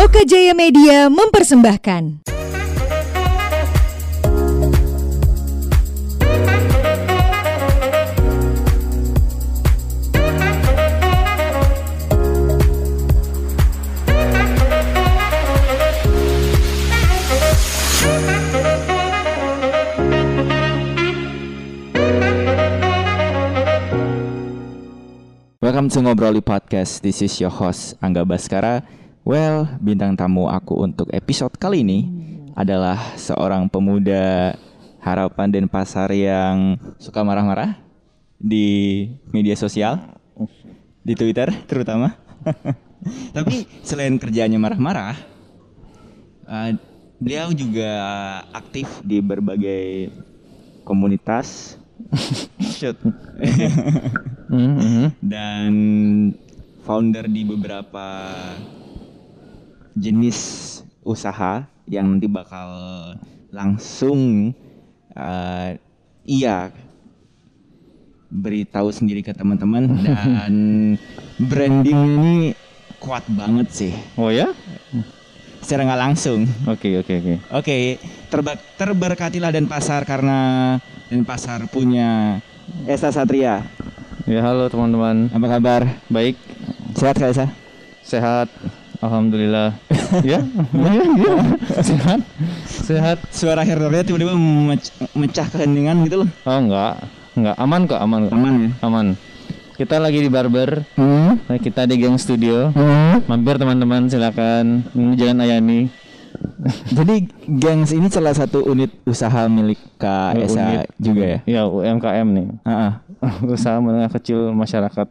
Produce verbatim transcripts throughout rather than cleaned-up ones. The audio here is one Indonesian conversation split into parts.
Loka Jaya Media mempersembahkan. Welcome to Ngobroli Podcast. This is your host Angga Baskara. Well, bintang tamu aku untuk episode kali ini adalah seorang pemuda harapan dan pasar yang suka marah-marah di media sosial, di Twitter terutama. Tapi selain kerjaannya marah-marah, uh, beliau juga aktif di berbagai komunitas. Shoot. Dan founder di beberapa jenis usaha yang nanti bakal langsung uh, iya beritahu sendiri ke teman-teman. Dan branding ini kuat banget sih. Oh ya? Secara nggak langsung. Oke oke oke. Oke, terba- terberkatilah Denpasar karena Denpasar punya Esa Satria. Ya halo teman-teman. Apa kabar? Baik. Sehat Kak Esa? Sehat. Alhamdulillah. Ya? Ya, ya. Sehat. Sehat. Suara herdernya tiba-tiba mec- mecah keheningan gitu loh. Oh enggak. Enggak, aman kok, aman kok. Aman ya? Aman. Kita lagi di barber. Hmm? Kita di Gang Studio. Hmm? Mampir teman-teman, silakan. Ini Jalan Ayani. Jadi Gangs ini salah satu unit usaha milik Kak Oh, Esa unit. juga ya? Ya, U M K M nih. Heeh. Usaha menengah kecil masyarakat.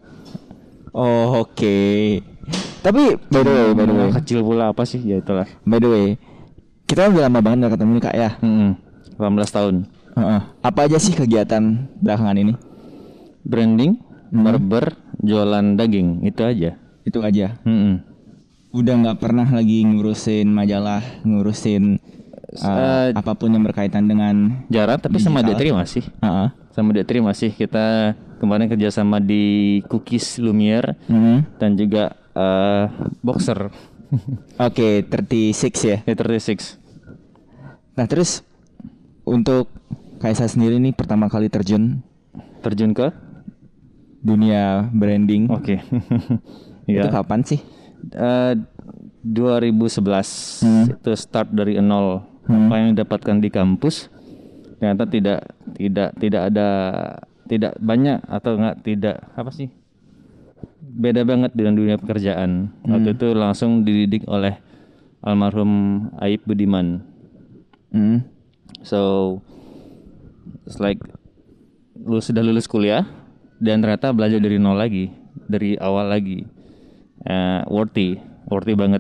Oh, oke. Okay. Tapi by the way, by the way, Menengah kecil pula apa sih? Ya itulah. by the way, kita udah lama banget gak ketemu nih Kak ya? Mm-mm. delapan belas tahun. Heeh. Apa aja sih kegiatan belakangan ini? Branding, Hmm. barber, jualan daging, itu aja. Itu aja. Mm-mm. Udah nggak pernah lagi ngurusin majalah, ngurusin uh, Uh, apapun yang berkaitan dengan Jarang, tapi sama D digital. tiga masih. Heeh. Sama D tiga masih. Kita kemarin kerjasama di Cookies Lumiere Mhm. dan juga uh, Boxer. Oke, tiga puluh enam ya. Ya, tiga puluh enam. Nah, terus untuk Kaisa sendiri nih pertama kali terjun Terjun ke? dunia branding. Oke. Itu Ya. kapan sih? Uh, dua ribu sebelas Hmm. itu start dari nol. Hmm. Apa yang didapatkan di kampus ternyata tidak tidak tidak ada tidak banyak atau enggak tidak apa sih? Beda banget dengan dunia pekerjaan. Waktu itu langsung dididik oleh almarhum Aib Budiman. Mhm. So it's like lu sudah lulus kuliah dan ternyata belajar dari nol lagi, dari awal lagi. Uh, worthy, worthy banget.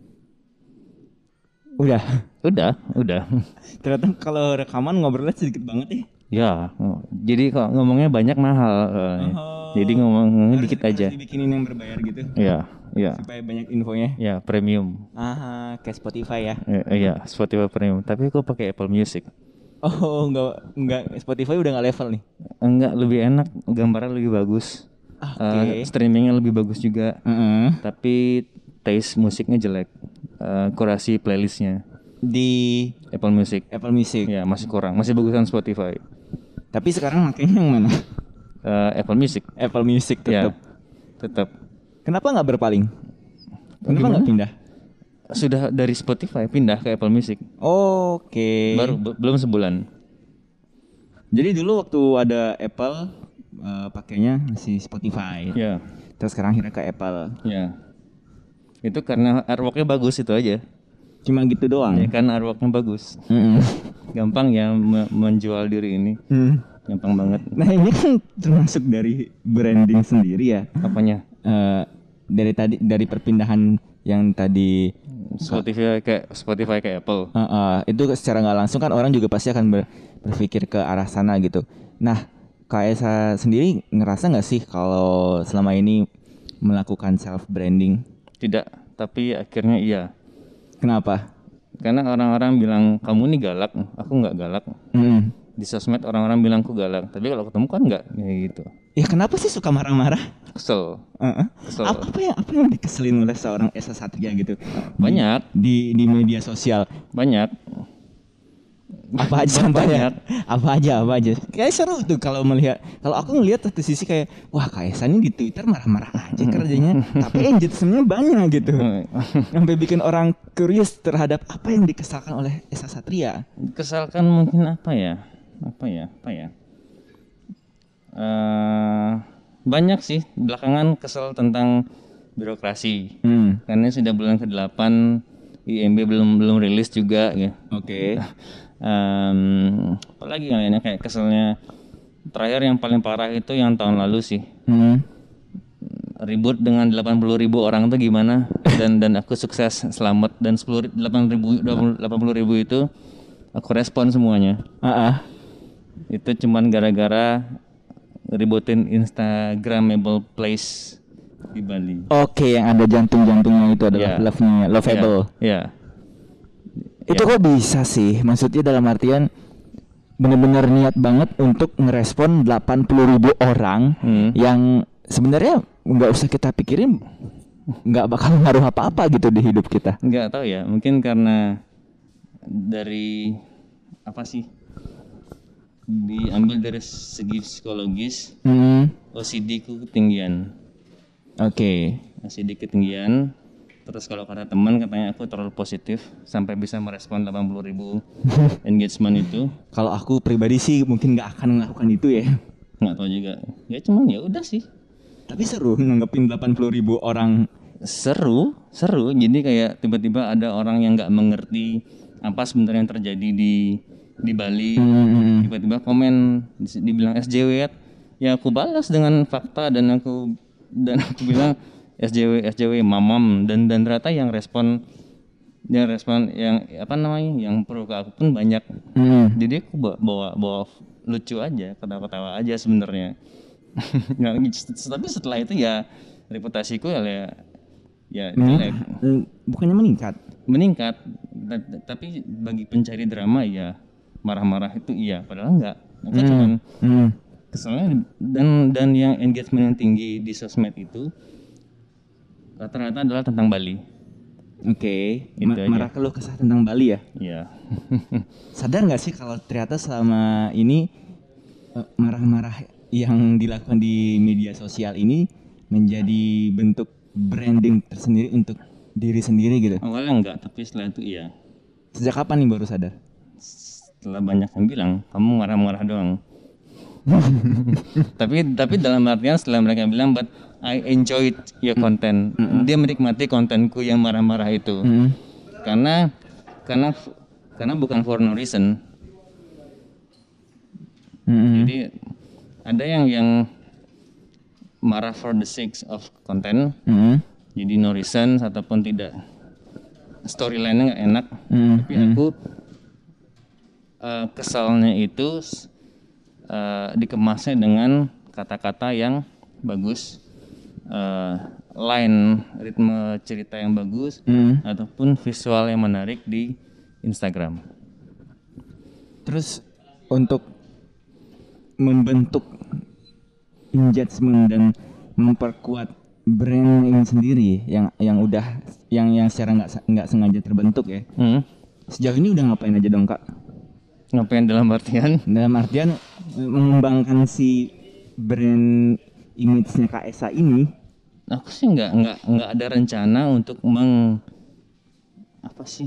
Udah. Udah, udah. Ternyata kalau rekaman ngobrolnya sedikit banget ya. Ya, oh, jadi kok ngomongnya banyak mahal. uh, Oh. Jadi ngomongnya Harus- dikit harus aja. dibikinin yang berbayar gitu. Iya, iya. Supaya banyak infonya. Ya, premium. Ah, kayak Spotify ya. Eh, eh, Iya, Spotify premium. Tapi aku pakai Apple Music. Oh, enggak enggak Spotify udah enggak level nih. Enggak, lebih enak, gambarnya lebih bagus. Ah, Uh, oke. streamingnya lebih bagus juga. Heeh. Tapi taste musiknya jelek. Uh, kurasi playlistnya Di Apple Music. Apple Music. Ya masih kurang, masih bagusan Spotify. Tapi sekarang makanya yang mana? Uh, Apple Music. Apple Music tetap. Ya, tetap. Kenapa nggak berpaling? Kenapa Gimana? nggak pindah? Sudah dari Spotify pindah ke Apple Music. Oke. Baru be- belum sebulan. Jadi dulu waktu ada Apple eh, pakainya masih Spotify. Ya, Terus sekarang akhirnya ke Apple. ya. Itu karena artworknya bagus itu aja. Cuma gitu doang. Ya kan artworknya bagus. Mm-mm. Gampang ya me- menjual diri ini. Hmm. Gampang banget. Nah ini kan termasuk dari branding sendiri ya. Apanya? Eh, dari tadi dari perpindahan yang tadi Spotify kayak Spotify kayak Apple. eh, eh, itu secara nggak langsung kan orang juga pasti akan ber- berpikir ke arah sana gitu. Nah, Kak Esa sendiri ngerasa nggak sih kalau selama ini melakukan self branding? Tidak, tapi akhirnya iya. Kenapa? Karena orang-orang bilang kamu nih galak, aku nggak galak. Mm. Di sosmed orang-orang bilang aku galak, tapi kalau ketemu kan nggak, kayak gitu. Ya kenapa sih suka marah-marah? Kesel. Uh-uh. Kesel. Apa, apa yang apa yang dikeselin oleh seorang Esa Satria gitu? Banyak. Di di media sosial. Banyak. Apa aja Banyak. Apa aja apa aja. Kayak seru tuh kalau melihat. Kalau aku ngelihat satu sisi kayak wah Kak Esa ini di Twitter marah-marah aja kerjanya, tapi engagementnya banyak gitu. Sampai bikin orang curious terhadap apa yang dikesalkan oleh Esa Satria. Kesalkan mungkin apa ya? Apa ya? Apa ya? Uh, banyak sih belakangan kesel tentang birokrasi. Hmm. Karena sudah bulan kedelapan I M B belum belum rilis juga ya. Oke. Okay. Um, apalagi yang lainnya kayak keselnya terakhir yang paling parah itu yang tahun lalu sih. Hmm. Ribut dengan delapan puluh ribu orang tuh gimana dan dan aku sukses selamat dan sepuluh delapan ribu delapan puluh ribu itu aku respon semuanya. Uh-uh. Itu cuman gara-gara ributin Instagramable place di Bali. Oke, okay, yang ada jantung-jantungnya itu adalah yeah. love-nya, lovable. Iya. Yeah. Yeah. Itu kok bisa sih? Maksudnya dalam artian benar-benar niat banget untuk ngerespon delapan puluh ribu orang hmm. yang sebenarnya nggak usah kita pikirin, nggak bakal ngaruh apa-apa gitu di hidup kita. Nggak tahu ya, mungkin karena dari apa sih? Diambil dari segi psikologis, hmm. O C D ku ketinggian. Oke. Okay. O C D ketinggian. Terus kalau kata teman katanya aku terlalu positif sampai bisa merespon delapan puluh ribu engagement itu. Kalau aku pribadi sih mungkin nggak akan melakukan itu ya. Nggak tahu juga. Ya cuman ya udah sih. Tapi seru nanggepin delapan puluh ribu orang. Seru, seru. Jadi kayak tiba-tiba ada orang yang nggak mengerti apa sebenarnya yang terjadi di di Bali. Hmm. Tiba-tiba komen dibilang S J W. Ya aku balas dengan fakta dan aku dan aku bilang S J W S J W mamam dan dan ternyata yang respon yang respon yang apa namanya yang pro ke aku pun banyak. Hmm. Jadi aku bawa, bawa bawa lucu aja, ketawa-ketawa aja sebenarnya. Nah, tapi setelah itu ya reputasiku ya ya jelek. Hmm. Bukannya meningkat? Meningkat, tapi bagi pencari drama ya marah-marah itu iya, padahal enggak. Aku hmm. cuman hmm. keselnya dan dan yang engagement yang tinggi di sosmed itu rata-rata adalah tentang Bali. Oke, okay. Ma- marah keluh kesah tentang Bali ya? Iya. Sadar nggak sih kalau ternyata selama ini uh, marah-marah yang dilakukan di media sosial ini menjadi bentuk branding tersendiri untuk diri sendiri gitu? Awalnya enggak, tapi setelah itu iya. Sejak kapan nih baru sadar? Setelah banyak yang bilang kamu marah-marah doang. tapi tapi dalam artian setelah mereka bilang but I enjoyed your content. Mm-hmm. Dia menikmati kontenku yang marah-marah itu. Mm-hmm. Karena karena karena bukan for no reason. Mm-hmm. Jadi ada yang yang marah for the sake of content. Mm-hmm. Jadi no reason ataupun tidak storyline-nya enggak enak. Mm-hmm. Tapi aku uh, kesalnya itu uh, dikemasnya dengan kata-kata yang bagus. Uh, line ritme cerita yang bagus mm. ataupun visual yang menarik di Instagram. Terus untuk membentuk engagement dan memperkuat brand ini sendiri yang yang udah yang yang secara nggak nggak sengaja terbentuk ya. Mm. Sejauh ini udah ngapain aja dong Kak? Ngapain dalam artian? Dalam artian mengembangkan si brand image-nya Kak Esa ini. Aku sih nggak nggak nggak ada rencana untuk meng apa sih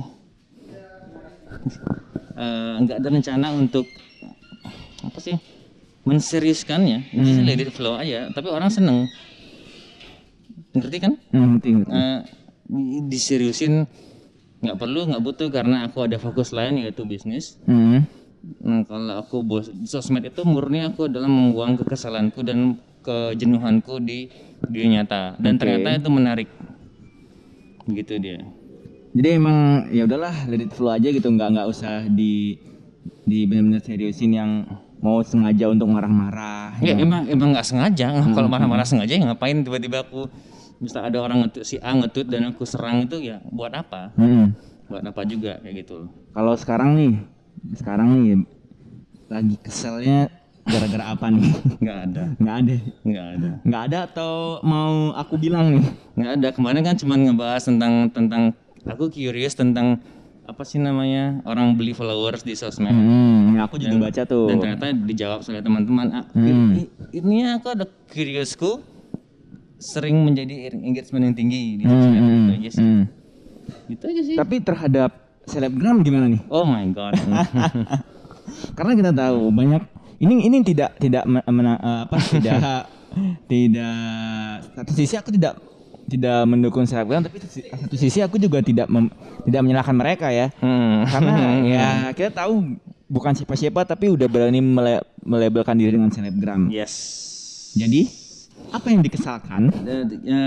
uh, nggak ada rencana untuk apa sih menseriuskannya. Ini hmm. let it flow aja. Tapi orang seneng, ngerti kan? Hmm, ngerti, ngerti. Uh, diseriusin nggak perlu nggak butuh karena aku ada fokus lain yaitu bisnis. Hmm. Nah kalau aku bos sosmed itu murni aku adalah membuang kekesalanku dan kejenuhanku di dunia nyata dan okay. ternyata itu menarik begitu dia. Jadi emang ya udahlah let it flow aja gitu, nggak nggak usah di di benar-benar seriusin yang mau sengaja untuk marah-marah. Ya, ya. emang emang nggak sengaja. Hmm. Kalau marah-marah sengaja ya ngapain tiba-tiba aku bisa ada orang ngetut si A ngetut dan aku serang itu ya buat apa? Hmm. Buat apa juga kayak gitu. Kalau sekarang nih sekarang nih lagi keselnya Gara-gara apa nih? Nggak ada, Nggak ada. nggak ada, Nggak ada atau mau aku bilang nih? nggak ada. Kemarin kan cuma ngebahas tentang tentang aku curious tentang apa sih namanya orang beli followers di sosmed. Hmm, ya aku juga Dan- baca tuh. Dan ternyata dijawab oleh teman-teman. Ah, Hmm. i- ini aku ada curiousku sering menjadi engagement yang tinggi di Hmm, sosmed. hmm, Itu aja sih. hmm. Itu aja sih. Tapi terhadap selebgram gimana nih? Oh my god. Karena kita tahu banyak ini ini tidak tidak me- mena- eh, apa tidak tidak satu sisi aku tidak tidak mendukung selebgram, tapi satu satu sisi aku juga tidak mem- tidak menyalahkan mereka ya. Hmm. Karena ya kita tahu bukan siapa-siapa tapi udah berani mele- melabelkan diri dengan selebgram. Yes. Jadi apa yang dikesalkan? Da- da- ya.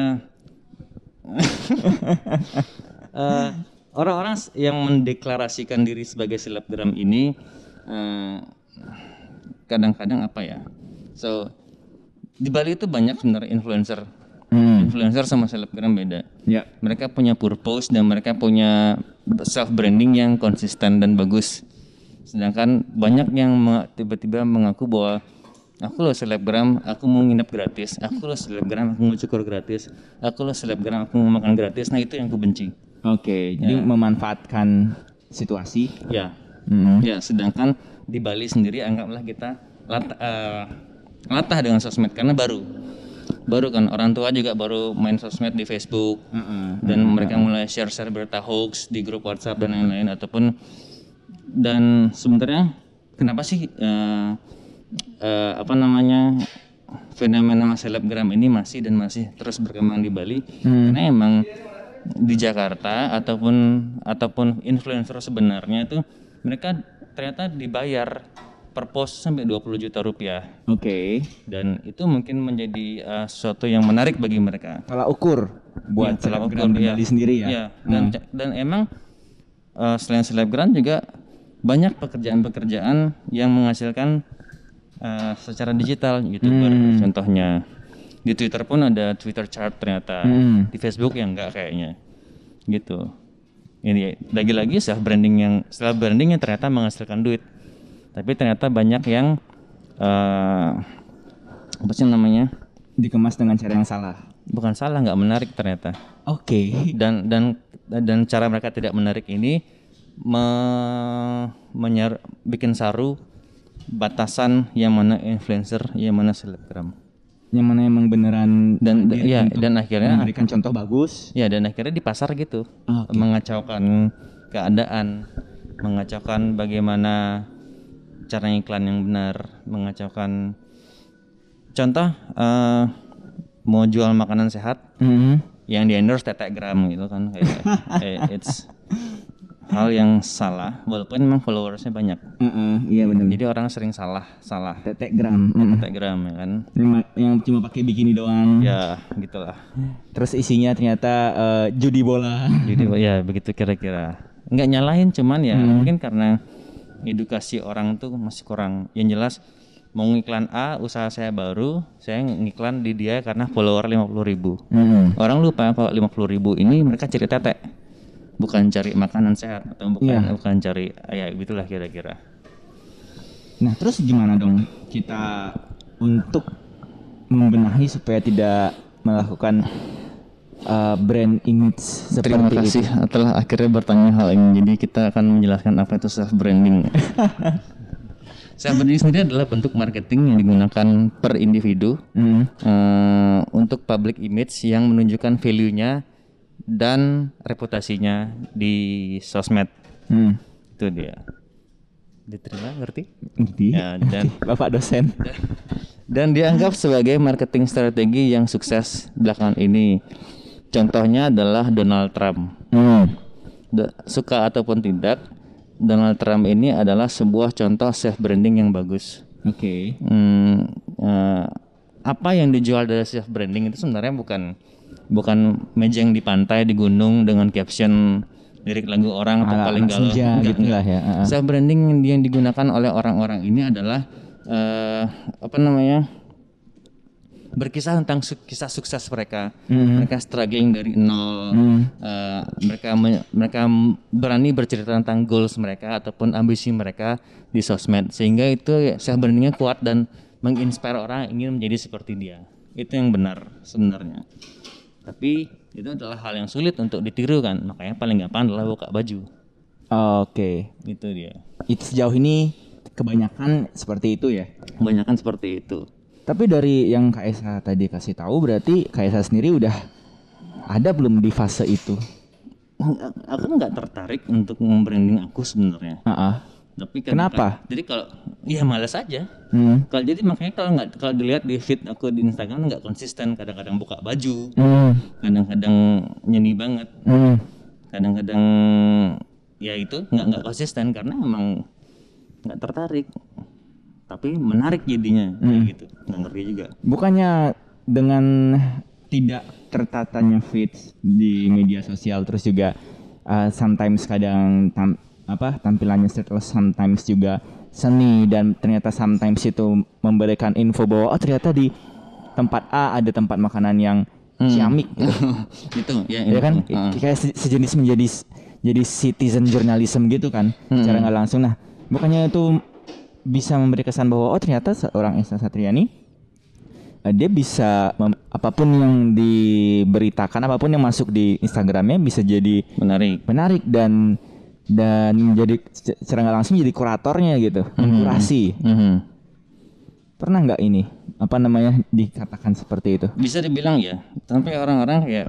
Eh, orang-orang s- yang mendeklarasikan diri sebagai selebgram ini eh, kadang-kadang apa ya? So di Bali itu banyak sebenarnya influencer. Hmm. Influencer sama selebgram beda. Ya. Mereka punya purpose dan mereka punya self branding yang konsisten dan bagus. Sedangkan banyak yang me- tiba-tiba mengaku bahwa aku loh selebgram, aku mau nginep gratis. Aku loh selebgram, aku mau cukur gratis. Aku loh selebgram, aku mau makan gratis. Nah itu yang aku benci. Oke, jadi memanfaatkan situasi. Ya, Hmm. ya. Sedangkan di Bali sendiri anggaplah kita lat- eh, latah dengan sosmed karena baru, baru kan orang tua juga baru main sosmed di Facebook. Heeh. Dan mereka mulai share-share berita hoax di grup WhatsApp dan lain-lain ataupun dan sebenarnya kenapa sih eh, eh, apa namanya fenomena selebgram ini masih dan masih terus berkembang di Bali karena emang di Jakarta ataupun ataupun influencer sebenarnya itu mereka ternyata dibayar per post sampai dua puluh juta rupiah Oke. dan itu mungkin menjadi eh, sesuatu yang menarik bagi mereka. Tolak ukur buat Ya, tolak selebgram ukur, di ya. Bali sendiri ya. Iya, dan dan emang eh, selain selebgram juga banyak pekerjaan-pekerjaan yang menghasilkan eh, secara digital, YouTuber contohnya. Di Twitter pun ada Twitter chart ternyata. Hmm. Di Facebook ya enggak kayaknya. Gitu. Ini lagi-lagi self branding yang self branding yang ternyata menghasilkan duit. Tapi ternyata banyak yang eh apa sih namanya? Dikemas dengan cara yang salah. Bukan salah, nggak menarik ternyata. Oke. dan dan dan cara mereka tidak menarik ini me, menyer, bikin saru batasan yang mana influencer, yang mana selebgram. Yang mana emang beneran Dan hadir ya untuk dan akhirnya memberikan contoh bagus. ya dan akhirnya di pasar gitu Ah, oke. mengacaukan keadaan, mengacaukan bagaimana cara iklan yang benar, mengacaukan contoh eh, mau jual makanan sehat Hmm. yang di endorse tetegram gitu kan kayak kayak it's hal yang salah walaupun memang followersnya banyak Heeh, iya benar. jadi orang sering salah salah Tetegram. Mm. tetegram ya kan Yang, ma- yang cuma pakai bikini doang. ya gitulah Terus isinya ternyata eh, judi bola. jadi ya begitu kira-kira nggak nyalahin cuman ya mungkin karena edukasi orang tuh masih kurang yang jelas mau ngiklan A usaha saya baru saya ngiklan di dia karena follower lima puluh ribu Mm. orang lupa kalau lima puluh ribu ini mereka cari tete bukan cari makanan sehat atau bukan Iya. bukan cari ya gitulah kira-kira. Nah, terus gimana dong kita untuk membenahi supaya tidak melakukan uh, brand image Terima seperti kasih itu? telah akhirnya bertanya hal ini. Jadi kita akan menjelaskan apa itu self branding. Self branding sendiri adalah bentuk marketing yang digunakan per individu Hmm. eh, untuk public image yang menunjukkan value-nya dan reputasinya di sosmed. Hmm. Itu dia. Diterima, ngerti? Ngerti? Ya, dan Bapak dosen. dan dianggap sebagai marketing strategi yang sukses belakangan ini. Contohnya adalah Donald Trump. Hmm. Da- suka ataupun tidak, Donald Trump ini adalah sebuah contoh self branding yang bagus. Oke. Hmm, eh, apa yang dijual dari self branding itu sebenarnya bukan bukan meja yang di pantai di gunung dengan caption lirik lagu orang atau Ala- paling anak galau. senja Enggak, gitu lah ya. Uh-uh. Self branding yang, yang digunakan oleh orang-orang ini adalah eh, apa namanya berkisah tentang su- kisah sukses mereka, Hmm. mereka struggling dari nol, Hmm. eh, mereka me- mereka berani bercerita tentang goals mereka ataupun ambisi mereka di sosmed, sehingga itu self brandingnya kuat dan menginspire orang ingin menjadi seperti dia. Itu yang benar sebenarnya. Tapi itu adalah hal yang sulit untuk ditiru kan, makanya paling gampang adalah buka baju. Oke. Itu dia. Itu sejauh ini kebanyakan seperti itu ya. Kebanyakan seperti itu. Tapi dari yang Kak Esa tadi kasih tahu, berarti Kak Esa sendiri udah ada belum di fase itu? Aku nggak tertarik untuk membranding aku sebenarnya. Ah, Tapi kan- Kenapa? Jadi kalau ya malas aja. hmm. Kalau jadi makanya kalau nggak kalau dilihat di feed aku di Instagram nggak konsisten. Kadang-kadang buka baju, Hmm. kadang-kadang nyanyi banget, Hmm. kadang-kadang ya itu nggak nggak konsisten karena emang nggak tertarik. Tapi menarik jadinya kayak gitu. Nggak ngerti juga. Bukannya dengan tidak tertatanya feeds di media sosial, terus juga uh, sometimes kadang tam- apa tampilannya setelah sometimes juga seni, dan ternyata sometimes itu memberikan info bahwa oh ternyata di tempat A ada tempat makanan yang ciamik gitu. Itu ya, Ya kan Heeh. kayak se- sejenis menjadi jadi citizen journalism gitu kan, secara nggak langsung. Nah, bukannya itu bisa memberi kesan bahwa oh ternyata seorang Esa Satriani eh, dia bisa mem- apapun yang diberitakan, apapun yang masuk di Instagramnya bisa jadi Menarik. menarik dan dan menjadi se- secara nggak langsung jadi kuratornya gitu, mengkurasi. Mhm. Pernah nggak ini apa namanya dikatakan seperti itu? Bisa dibilang ya, sampai orang-orang kayak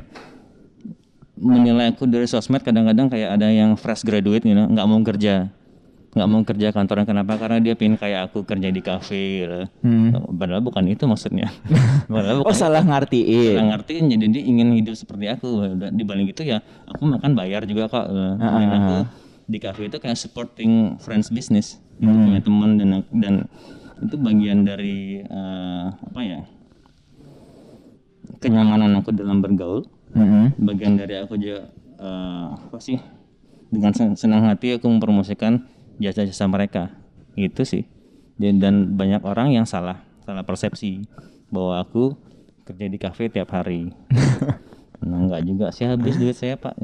menilai aku dari sosmed kadang-kadang kayak ada yang fresh graduate gitu, nggak mau kerja, nggak mau kerja kantoran. Kenapa? Karena dia pengen kayak aku kerja di kafe gitu. Hmm. Padahal bukan itu maksudnya. Padahal Oh bukan. salah ngertiin. Nggak ngerti, jadi dia ingin hidup seperti aku. Udah, di balik itu ya aku makan bayar juga kok. Dan aku di kafe itu kayak supporting friends business, itu punya teman dan dan itu bagian dari eh, apa ya, kenyamanan aku dalam bergaul. Mhm. Bagian dari aku juga eh, apa sih, dengan sen- senang hati aku mempromosikan jasa-jasa mereka itu sih. dan, dan banyak orang yang salah salah persepsi bahwa aku kerja di kafe tiap hari. Nah enggak juga sih, habis duit saya pak.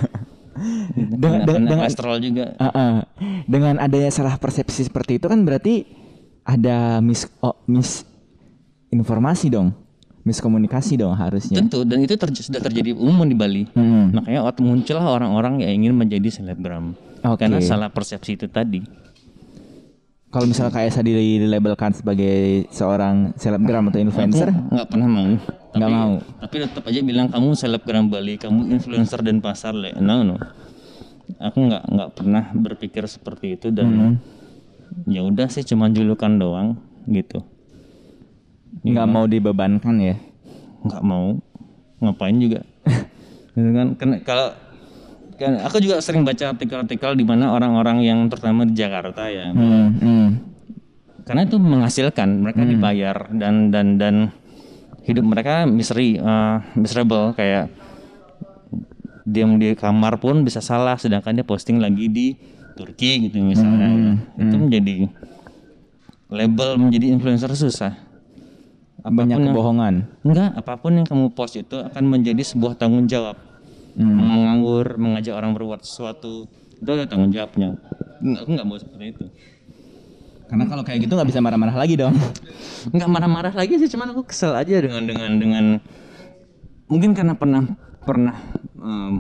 Dengan- Kena- kena dengan- kolesterol juga. Ah, ah. Dengan adanya salah persepsi seperti itu kan berarti ada mis oh, mis informasi dong, miskomunikasi dong harusnya. Tentu, dan itu ter- sudah terjadi umum di Bali. Hmm. Makanya ot- muncullah orang-orang yang ingin menjadi selebgram. Oke. Karena salah persepsi itu tadi. Kalau misalnya kayak saya dilabelkan sebagai seorang selebgram atau influencer, Aku nggak pernah mau. Nggak Tapi- mau. Tapi tetap aja bilang kamu selebgram Bali, kamu influencer dan pasar le. No no. Aku nggak nggak pernah berpikir seperti itu dan Hmm. ya udah sih cuma julukan doang gitu. nggak mau dibebankan ya. Nggak mau, ngapain juga. Gitu kan? Karena kalau kan aku juga sering baca artikel-artikel di mana orang-orang yang terutama di Jakarta ya. Hmm, hmm. Karena itu menghasilkan, mereka dibayar dan dan dan hidup mereka misery, uh, miserable, kayak diam di kamar pun bisa salah, sedangkan dia posting lagi di Turki gitu misalnya. Hmm, Itu menjadi label menjadi influencer susah. Banyak yang- kebohongan. Enggak, apapun yang kamu post itu akan menjadi sebuah tanggung jawab. Hmm. Menganggur, mengajak orang berbuat sesuatu, itu ada tanggung jawabnya. Enggak, aku nggak mau seperti itu. Karena kalau kayak gitu nggak bisa marah-marah lagi dong. Nggak marah-marah lagi sih, cuman aku kesel aja dengan dengan dengan mungkin karena pernah pernah em,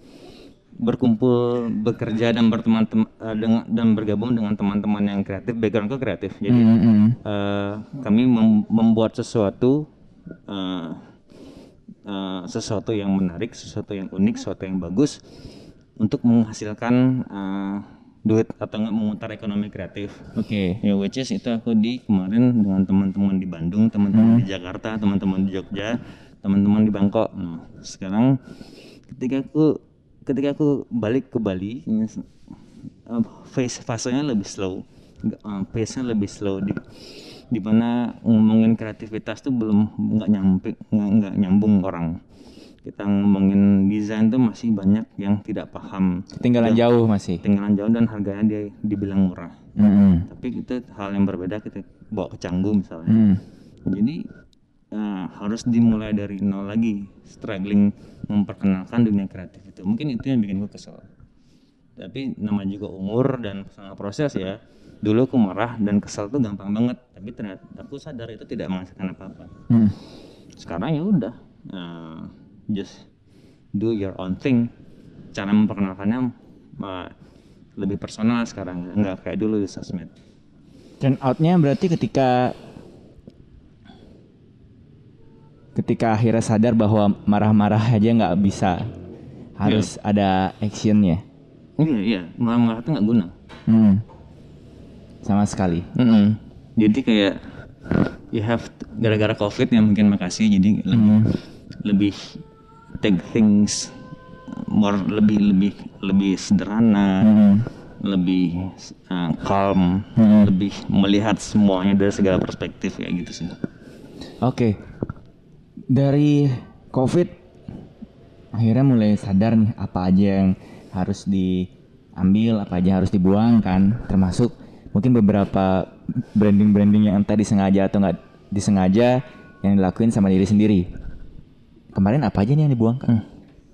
berkumpul, bekerja dan berteman tem- eh, dengan dan bergabung dengan teman-teman yang kreatif. Backgroundku kreatif, jadi Hmm, hmm. eh, kami mem- membuat sesuatu eh, eh, sesuatu yang menarik, sesuatu yang unik, sesuatu yang bagus untuk menghasilkan eh, duit atau nggak memutar ekonomi kreatif. Oke. Ya, which is itu aku di kemarin dengan teman-teman di Bandung, teman-teman di Jakarta, teman-teman di Jogja, teman-teman di Bangkok. Nah, sekarang ketika aku ketika aku balik ke Bali, ini, uh, phase fasenya lebih slow, uh, pace-nya lebih slow, di di mana ngomongin kreativitas tuh belum nggak nyampe nggak nggak nyambung orang. Kita ngomongin desain tuh masih banyak yang tidak paham. Ketinggalan jauh masih. Ketinggalan jauh dan harganya dia dibilang murah. Hmm. Tapi itu hal yang berbeda kita bawa ke Canggu misalnya. Hmm. Jadi uh, harus dimulai dari nol lagi, struggling memperkenalkan dunia kreatif itu. Mungkin itu yang bikin gue kesel. Tapi nama juga umur dan sangat proses ya. Dulu aku marah dan kesel tuh gampang banget, tapi ternyata aku sadar itu tidak menghasilkan apa-apa. Hmm. Sekarang ya udah, uh, just do your own thing. Cara memperkenalkannya uh, lebih personal sekarang, nggak kayak dulu di sosmed. Turn out-nya berarti ketika ketika akhirnya sadar bahwa marah-marah aja nggak bisa, harus yeah. ada actionnya. Iya iya, marah-marah itu nggak guna. Hmm. Sama sekali. Mm-hmm. Jadi kayak you have to, gara-gara COVID ya mungkin makasih jadi lebih mm. lebih take things more lebih lebih lebih sederhana, mm. lebih uh, calm, mm. lebih melihat semuanya dari segala perspektif kayak gitu sih. Oke. Okay. Dari COVID akhirnya mulai sadar nih apa aja yang harus diambil, apa aja yang harus dibuang kan, termasuk mungkin beberapa branding-branding yang entah disengaja atau nggak disengaja yang dilakuin sama diri sendiri. Kemarin apa aja nih yang dibuang kan?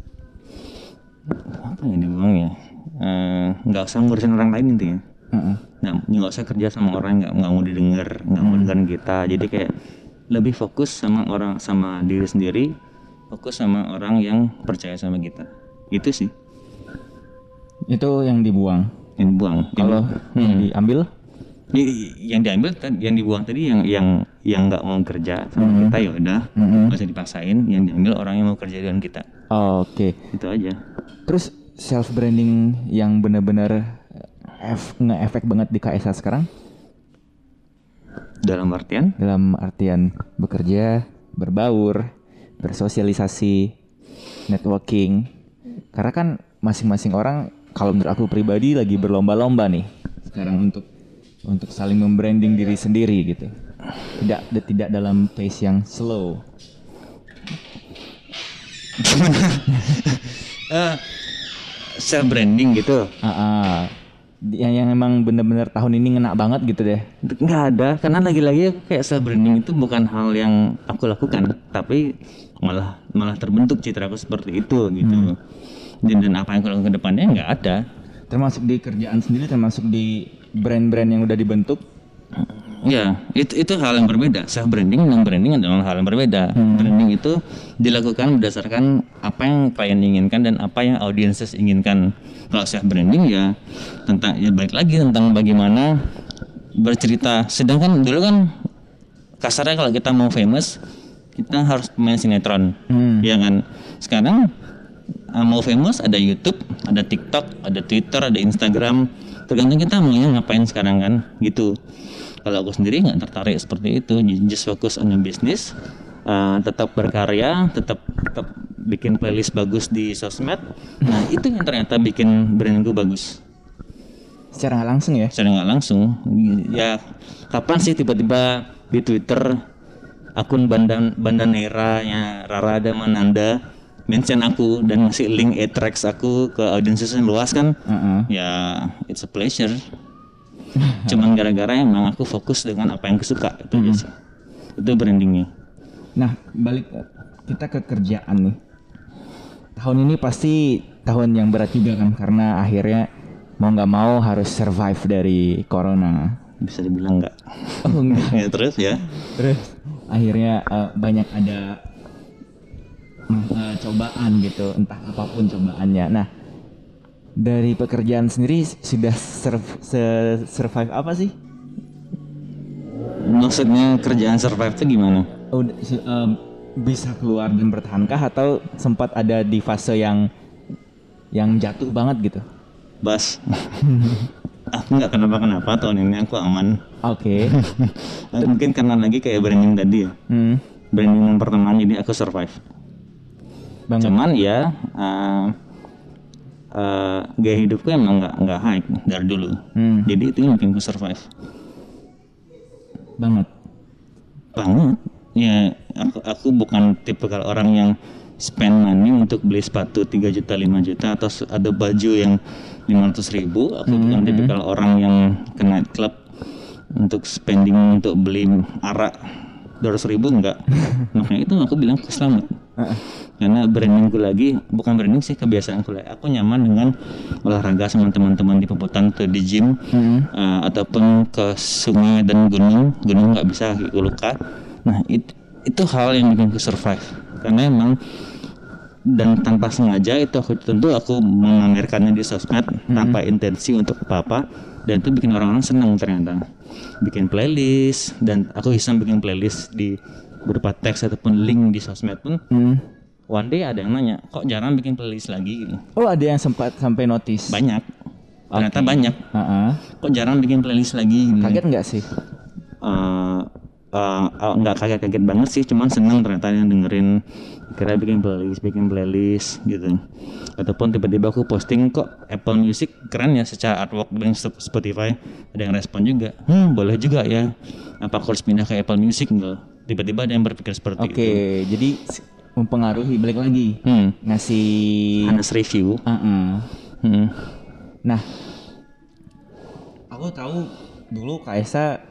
Hmm. Apa yang dibuang ya? Nggak uh, usah ngurusin orang lain intinya. Uh-uh. Nah, nggak usah kerja sama orang yang nggak mau didengar, nggak mau dengerin kita. Jadi kayak lebih fokus sama orang, sama diri sendiri, fokus sama orang yang percaya sama kita. Itu sih. Itu yang dibuang. Yang dibuang. Kalau hmm. diambil? Yang diambil, yang dibuang tadi yang yang yang nggak mau kerja sama mm-hmm. kita ya udah, mm-hmm. nggak usah dipaksain. Yang diambil orang yang mau kerja dengan kita. Oh, Oke. Okay. Itu aja. Terus self branding yang benar-benar F, nge-efek banget di K S H sekarang? Dalam artian? Dalam artian bekerja, berbaur, bersosialisasi, networking. Karena kan masing-masing orang, kalau menurut aku pribadi lagi berlomba-lomba nih sekarang untuk untuk saling membranding diri sendiri gitu. Tidak tidak dalam pace yang slow. uh, self branding gitu. Uh, uh, yang yang emang benar-benar tahun ini ngena banget gitu deh. Nggak ada, karena lagi-lagi kayak self branding itu bukan hal yang aku lakukan, tapi malah malah terbentuk citra aku seperti itu gitu. Hmm. Dan, dan apa yang aku lakukan ke depannya nggak ada. Termasuk di kerjaan sendiri, termasuk di brand-brand yang udah dibentuk. Ya, itu itu hal yang berbeda. Self branding dan branding adalah hal yang berbeda. Hmm. Branding itu dilakukan berdasarkan apa yang klien inginkan dan apa yang audiences inginkan. Kalau self branding ya tentang ya balik lagi tentang bagaimana bercerita. Sedangkan dulu kan kasarnya kalau kita mau famous, kita harus pemain sinetron. Hmm. Ya kan? Sekarang mau famous ada YouTube, ada TikTok, ada Twitter, ada Instagram. Tergantung kita maunya ngapain sekarang kan, gitu. Kalau aku sendiri nggak tertarik seperti itu, just fokus on your business, uh, tetap berkarya, tetap tetap bikin playlist bagus di sosmed. Nah itu yang ternyata bikin brandku bagus. Secara nggak langsung ya? Secara nggak langsung. Ya kapan sih tiba-tiba di Twitter akun Bandan Bandanera-nya Rara Damananda mention aku dan ngasih link e-tracks aku ke audiences yang luas kan, uh-uh. ya it's a pleasure. Cuman gara-gara emang aku fokus dengan apa yang aku suka itu aja sih. Itu brandingnya. Nah balik kita ke kerjaan nih. Tahun ini pasti tahun yang berat juga kan, karena akhirnya mau nggak mau harus survive dari corona. Bisa dibilang nggak? Oh enggak. Ya, terus ya. Terus akhirnya uh, banyak ada uh, cobaan gitu, entah apapun cobaannya. Nah dari pekerjaan sendiri sudah surv- se- survive apa sih? Maksudnya kerjaan survive itu gimana? Oh, uh, bisa keluar dan bertahankah atau sempat ada di fase yang yang jatuh banget gitu? Bas. Aku nggak kenapa-kenapa tahun ini, aku aman. Oke. Okay. Mungkin karena lagi kayak branding tadi ya. Hmm. Branding yang pertama jadi aku survive. Banget. Cuman ya uh, uh, gaya hidupku emang nggak nggak high dari dulu. Hmm. Jadi itu yang bikin aku survive. Banget. Banget. Ya aku aku bukan tipikal orang yang spend money untuk beli sepatu tiga juta lima juta atau ada baju yang lima ratus ribu. Aku mm-hmm. bukan tipikal orang yang ke night club untuk spending untuk beli arak dua ratus ribu enggak. Makanya itu aku bilang aku selamat. Karena brandingku lagi, bukan branding sih, kebiasaanku lagi. Aku nyaman dengan olahraga sama teman-teman di Peputan atau di gym, hmm. uh, ataupun ke sungai dan gunung. Gunung nggak bisa kaki luka. Nah itu itu hal yang bikin aku survive. Karena emang dan tanpa sengaja itu aku tentu aku memamerkannya di sosmed hmm. tanpa intensi untuk apa-apa, dan itu bikin orang-orang senang ternyata. Bikin playlist, dan aku iseng bikin playlist di berupa teks ataupun link di sosmed pun. Hmm. One day ada yang nanya, kok jarang bikin playlist lagi gitu. Oh, ada yang sempat sampai notice. Banyak. Ternyata okay. banyak. Uh-uh. Kok jarang bikin playlist lagi gitu. Kaget enggak sih? Uh, uh, enggak kaget-kaget banget sih, cuman senang ternyata yang dengerin. Kira bikin playlist, bikin playlist gitu. Ataupun tiba-tiba aku posting, kok Apple Music keren ya secara artwork dengan Spotify. Ada yang respon juga. Hmm, boleh juga ya. Apa aku harus pindah ke Apple Music enggak? Tiba-tiba ada yang berpikir seperti okay, itu. Oke, jadi mempengaruhi, balik lagi hmm. ngasih honest review. Uh-uh. Hmm. Nah, aku tahu dulu Kaisa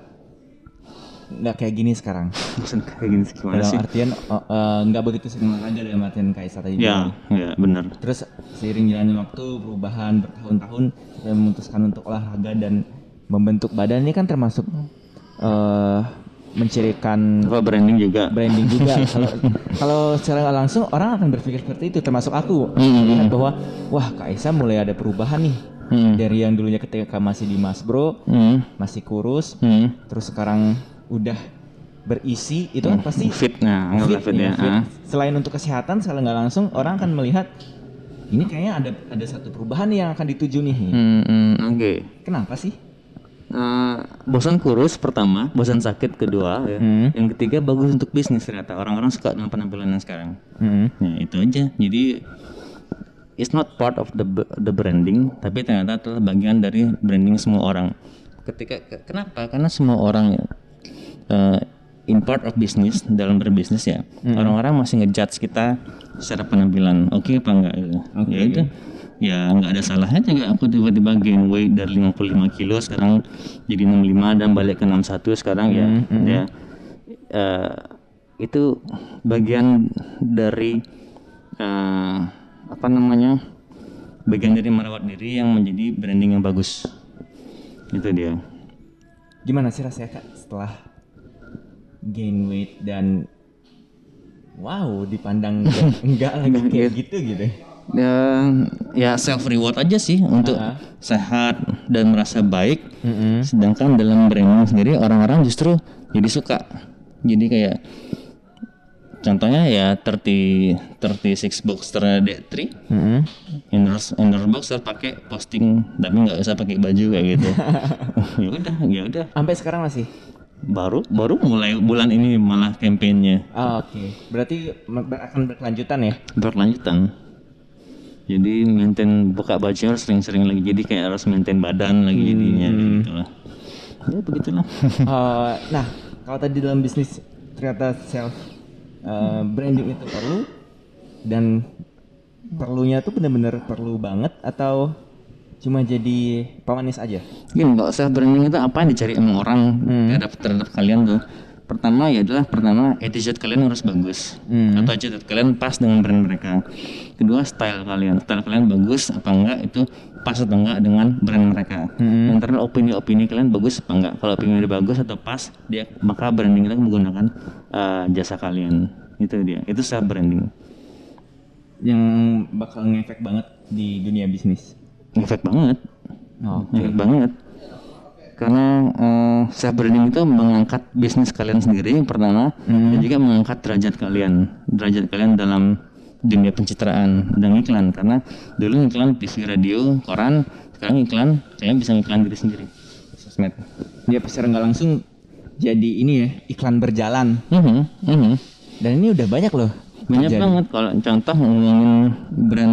nggak kayak gini sekarang. Maksud kayak gini gimana dalam sih? artian nggak uh, uh, begitu sering olahraga dalam artian Kaisa tadi. Ya, ya benar. Terus seiring jalannya waktu, perubahan bertahun-tahun, saya memutuskan untuk olahraga dan membentuk badan ini kan termasuk uh, mencirikan apa branding juga branding juga kalau kalau secara langsung orang akan berpikir seperti itu, termasuk aku melihat mm-hmm. bahwa wah Kaisa mulai ada perubahan nih mm-hmm. dari yang dulunya ketika masih di Mas Bro mm-hmm. masih kurus mm-hmm. terus sekarang udah berisi itu kan pasti fit nah fit, fit, ya, ya. fit. Selain untuk kesehatan secara nggak langsung orang akan melihat ini kayaknya ada ada satu perubahan yang akan dituju nih. Mm-hmm. Oke. Okay. Kenapa sih? Uh, bosan kurus pertama, bosan sakit kedua, ya. Hmm. Yang ketiga bagus untuk bisnis ternyata. Orang-orang suka dengan penampilan yang sekarang. Hmm. Ya itu aja. Jadi it's not part of the the branding, tapi ternyata adalah bagian dari branding semua orang. Ketika kenapa? Karena semua orang uh, in part of business, dalam berbisnis ya. Hmm. Orang-orang masih ngejudge kita secara penampilan. Oke okay, apa enggak gitu. Okay. Ya itu. Ya nggak ada salahnya juga aku tiba-tiba gain weight dari lima puluh lima kilo sekarang jadi enam puluh lima dan balik ke enam puluh satu sekarang ya. Mm-hmm. Ya uh, itu bagian dari uh, apa namanya bagian dari merawat diri yang menjadi branding yang bagus. Itu dia. Gimana sih rasanya Kak setelah gain weight dan wow dipandang enggak lagi kayak gitu gitu? Ya, ya self reward aja sih untuk uh-huh. sehat dan merasa baik. Uh-huh. Sedangkan dalam branding sendiri orang-orang justru jadi suka. Jadi kayak contohnya ya tiga puluh enam Boxster D tiga. Uh-huh. Inner inner Boxster pakai posting tapi enggak usah pakai baju kayak gitu. Ya udah, ya udah. Sampai sekarang masih baru baru mulai bulan ini malah kampanyenya. Oh, oke. Okay. Berarti akan berkelanjutan ya? Berkelanjutan. Jadi maintain buka baju harus sering-sering lagi, jadi kayak harus maintain badan lagi hmm. jadinya gitu lah. Ya begitulah. uh, nah kalau tadi dalam bisnis ternyata self uh, branding itu perlu, dan perlunya tuh benar-benar perlu banget atau cuma jadi pemanis aja? Gini, kalau self branding itu apa yang dicari emang orang hmm. terhadap terhadap kalian tuh? Pertama ya adalah pertama attitude kalian harus bagus hmm. atau attitude kalian pas dengan brand mereka. Kedua style kalian, style kalian bagus apa enggak, itu pas atau enggak dengan brand mereka. Hmm. Yang terakhir opini-opini kalian bagus apa enggak. Kalau opini bagus atau pas, dia maka branding kita menggunakan uh, jasa kalian. Itu dia, itu self branding yang bakal ngefek banget di dunia bisnis. Ngefek banget, oh, ngefek okay. banget. Karena uh, self branding itu mengangkat bisnis kalian sendiri yang pertama, hmm. dan juga mengangkat derajat kalian, derajat kalian dalam dunia pencitraan dan iklan. Karena dulu iklan T V, radio, koran, sekarang iklan kalian bisa iklan diri sendiri. Sosmed. Dia secara nggak langsung jadi ini ya iklan berjalan. Mm-hmm, mm-hmm. Dan ini udah banyak loh. Banyak terjadi. Banget. Kalau contoh ngomongin brand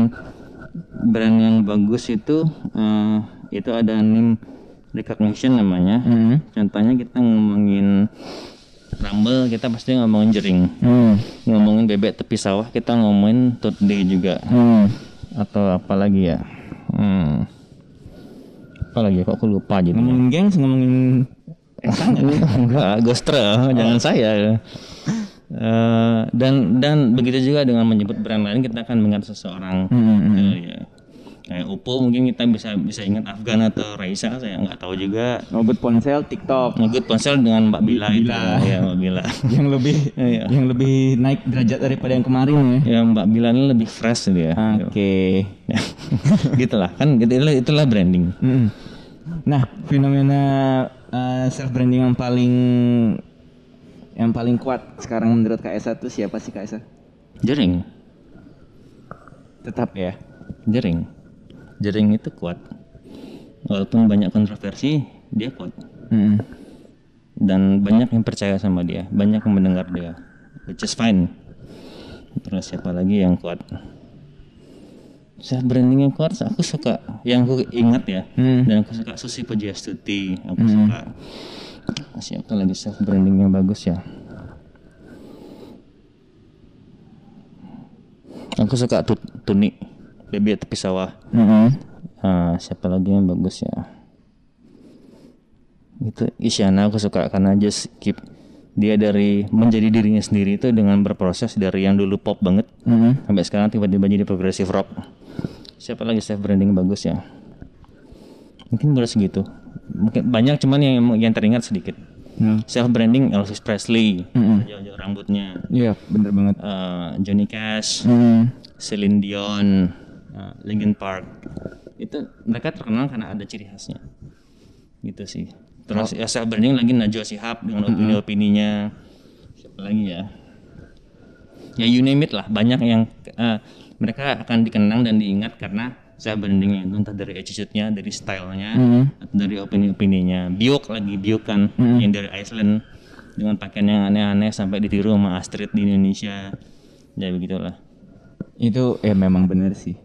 brand yang bagus itu, uh, itu ada name recognition namanya. Mm-hmm. Contohnya kita ngomongin Rumble, kita pasti ngomongin jering. Mm. Ngomongin bebek tepi sawah, kita ngomongin Tooth Day juga. Mm. Atau apa lagi ya? Hmm. Apa lagi? Kok aku lupa gitu. Ngomongin gengs, ngomongin Enggak, Ghostra, jangan saya. Uh, dan dan begitu juga dengan menyebut brand lain kita akan mengingat seseorang. Hmm, hmm. Uh, ya. Kayak Oppo mungkin kita bisa bisa ingat Afgan atau Raisa, saya nggak tahu juga. Ngebut ponsel TikTok. Ngebut ponsel dengan Mbak Bila, Bila. itu ya Mbak Bila. yang lebih Iya. yang lebih naik derajat daripada yang kemarin ya. Ya Mbak Bila ini lebih fresh dia. Oke. Ya. Gitulah kan, itulah, itulah branding. Mm-mm. Nah, fenomena uh, self branding yang paling yang paling kuat sekarang menurut Kak Esa tuh siapa sih Kak Esa? Jering, Tetap ya. jering, jering itu kuat. Walaupun banyak kontroversi, dia kuat. Mm-mm. Dan banyak yang percaya sama dia, banyak yang mendengar dia, which is fine. Terus siapa lagi yang kuat? Self branding yang kuat, aku suka. Yang aku ingat ya, Hmm. dan aku suka Susi Pujiastuti, aku Hmm. suka. Siapa lagi self branding yang bagus ya? Aku suka Tut- Tuni, Baby Tepi Sawah. Mm-mm. Ah, siapa lagi yang bagus ya? Itu Isyana aku suka karena just keep dia dari menjadi dirinya sendiri itu dengan berproses dari yang dulu pop banget Mm-mm. sampai sekarang tiba-tiba jadi progressive rock. Siapa lagi self branding bagus ya? Mungkin baru segitu. Mungkin banyak cuman yang yang teringat sedikit. Hmm. Self branding Elvis Presley, Mm-mm. jauh-jauh rambutnya. Iya, bener banget. Eh, Johnny Cash, Mm. Celine Dion, uh, Linkin Park, itu mereka terkenal karena ada ciri khasnya, gitu sih. Terus ya self branding lagi Najwa Shihab dengan opini-opininya, siapa lagi ya? Ya you name it lah, banyak yang uh, mereka akan dikenang dan diingat karena self brandingnya, entah dari attitude-nya, dari stylenya, Mhm. atau dari opini-opininya. Biok lagi, Biok kan, Mhm. yang dari Iceland dengan pakaian yang aneh-aneh sampai ditiru sama Astrid di Indonesia, ya begitulah. Itu ya memang bener sih.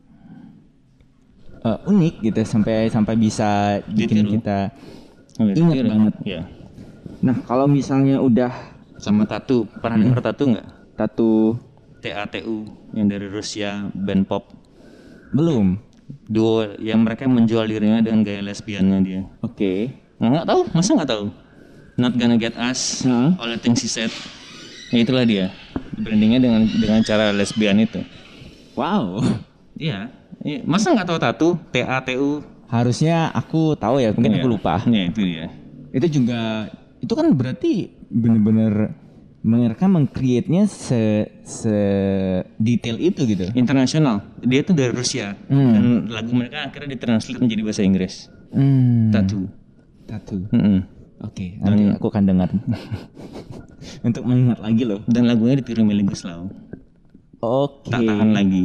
Eh, unik gitu sampai sampai bisa bikin Ditiru. kita Ingat ingat banget. Ya. Nah, kalau misalnya udah Sama tattoo, pernah dengar tattoo nggak? tattoo T A T U yang dari Rusia, band pop belum. duo yang mereka menjual dirinya dengan gaya lesbiannya dia. Oke. Nggak, nggak tahu, masa nggak tahu? Not Gonna Get Us, Heeh. All the Things She Said. Ya itulah dia. Brandingnya dengan dengan cara lesbian itu. Wow. Iya. Iya. Masa nggak tahu tattoo? T A T U. Harusnya aku tahu ya, mungkin Iya. aku lupa. Ya itu dia. Itu juga itu kan berarti bener-bener mereka meng-create-nya se se detail itu gitu. Internasional. Dia tuh dari Rusia Hmm. dan lagu mereka akhirnya ditranslate menjadi bahasa Inggris. Hmm. Tattoo. Tattoo. Mm-mm. Oke, nanti aku akan dengar. Untuk mengingat lagi loh. Dan lagunya ditiru Melly Goeslaw. Oke. Tak tahan lagi.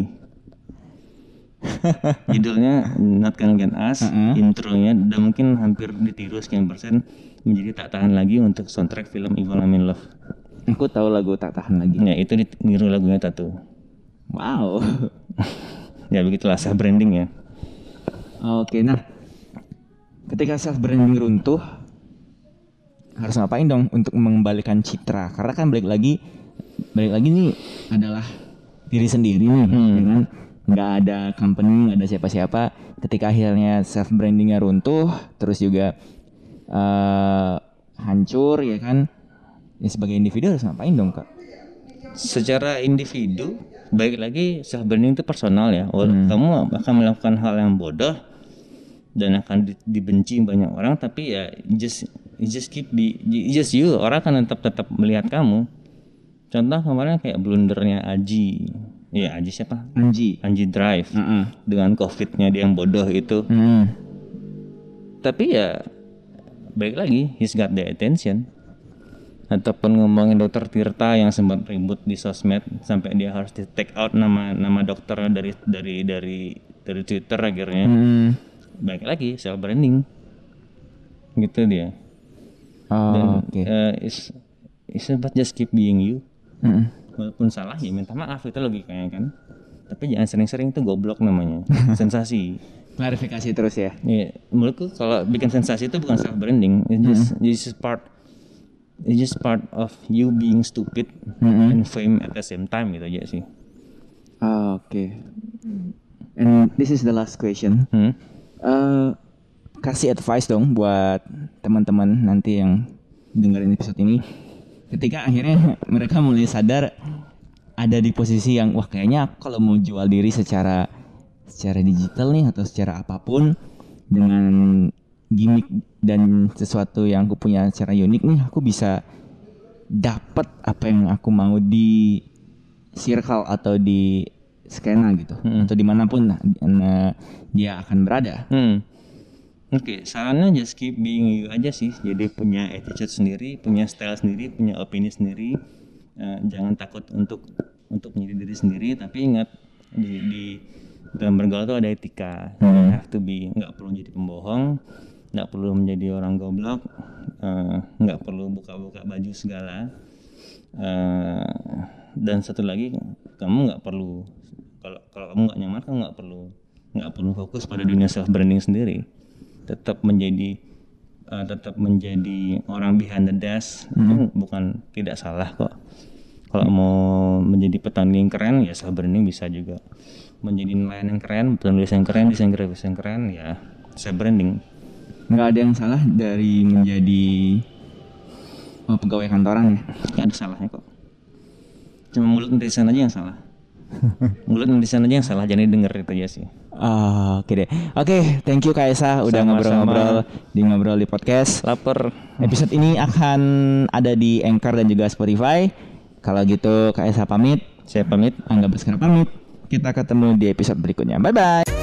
Judulnya Not Gonna Get Us, Uh-uh. intronya dan mungkin hampir ditiru sekian persen menjadi Tak Tahan Lagi untuk soundtrack film Evil I'm in Love. Aku tahu lagu Tak Tahan Lagi. Ya itu ditiru lagunya Tattoo. Wow. Ya begitulah self branding ya. Oke, nah ketika self branding runtuh harus ngapain dong untuk mengembalikan citra? Karena kan balik lagi balik lagi nih adalah diri sendiri nih, Hmm. ya kan? Nggak ada company, nggak ada siapa-siapa. Ketika akhirnya self brandingnya runtuh, terus juga eh, hancur, ya kan? Ya sebagai individu harus ngapain dong kak? Secara individu, baik lagi self branding itu personal ya. Wal- Hmm. Kamu akan melakukan hal yang bodoh dan akan di- dibenci banyak orang, tapi ya just you just keep di you- just you, orang akan tetap tetap melihat kamu. Contoh kemarin kayak blundernya Aji, ya Aji siapa? Anji. Anji Drive Heeh. dengan covidnya dia yang bodoh itu. Hmm. Tapi ya baik lagi, he's got the attention. Ataupun ngomongin dokter Tirta yang sempat ribut di sosmed sampai dia harus di take out nama nama dokternya dari dari dari dari Twitter akhirnya. Hmm. Baik lagi self branding. Gitu dia. Oh, oke. Eh, is is about just keep being you. Mm-mm. Walaupun salah ya minta maaf, itu logikanya kan. Tapi jangan sering-sering itu goblok namanya. Sensasi. Klarifikasi terus ya. Ya, menurutku kalau bikin sensasi itu bukan self branding, it's just it's just part it's just part of you being stupid Mm-mm. and fame at the same time gitu aja sih. Oh, oke. And this is the last question. Hmm? Eh, kasih advice dong buat teman-teman nanti yang dengerin episode ini. Ketika akhirnya mereka mulai sadar ada di posisi yang wah kayaknya kalau mau jual diri secara secara digital nih atau secara apapun dengan gimmick dan sesuatu yang aku punya secara unik nih, aku bisa dapat apa yang aku mau di circle atau di skena gitu, hmm. atau dimanapun nah, dia akan berada. Hmm. Oke, okay, sarannya just keep being you aja sih. Jadi punya attitude sendiri, punya style sendiri, punya opini sendiri. Uh, jangan takut untuk untuk menjadi diri sendiri, tapi ingat di, di dalam bergaul itu ada etika. Hmm. You have to be, nggak perlu jadi pembohong, nggak perlu menjadi orang goblok, uh, nggak perlu buka-buka baju segala. Uh, dan satu lagi, kamu nggak perlu kalau kalau kamu nggak nyaman, kamu nggak perlu nggak perlu fokus pada dunia self branding sendiri. Tetap menjadi uh, tetap menjadi orang behind the desk, hmm. bukan tidak salah kok. Kalau mau menjadi petani yang keren ya self branding bisa juga. Menjadi nelayan yang keren, penulis yang keren, desain grafis yang keren ya self branding. Nggak ada yang salah dari menjadi oh, pegawai kantoran ya. Nggak ada salahnya kok. Cuma mulut netizen aja yang salah. Mulut netizen aja yang salah, jangan denger itu aja sih. Oh, oke okay deh. Oke, okay, thank you Kak Esa udah sama-sama ngobrol-ngobrol di Ngobrol di Podcast. Laper. Episode ini akan ada di Anchor dan juga Spotify. Kalau gitu Kak Esa pamit, saya pamit, Angga Baskara pamit. Kita ketemu di episode berikutnya. Bye bye.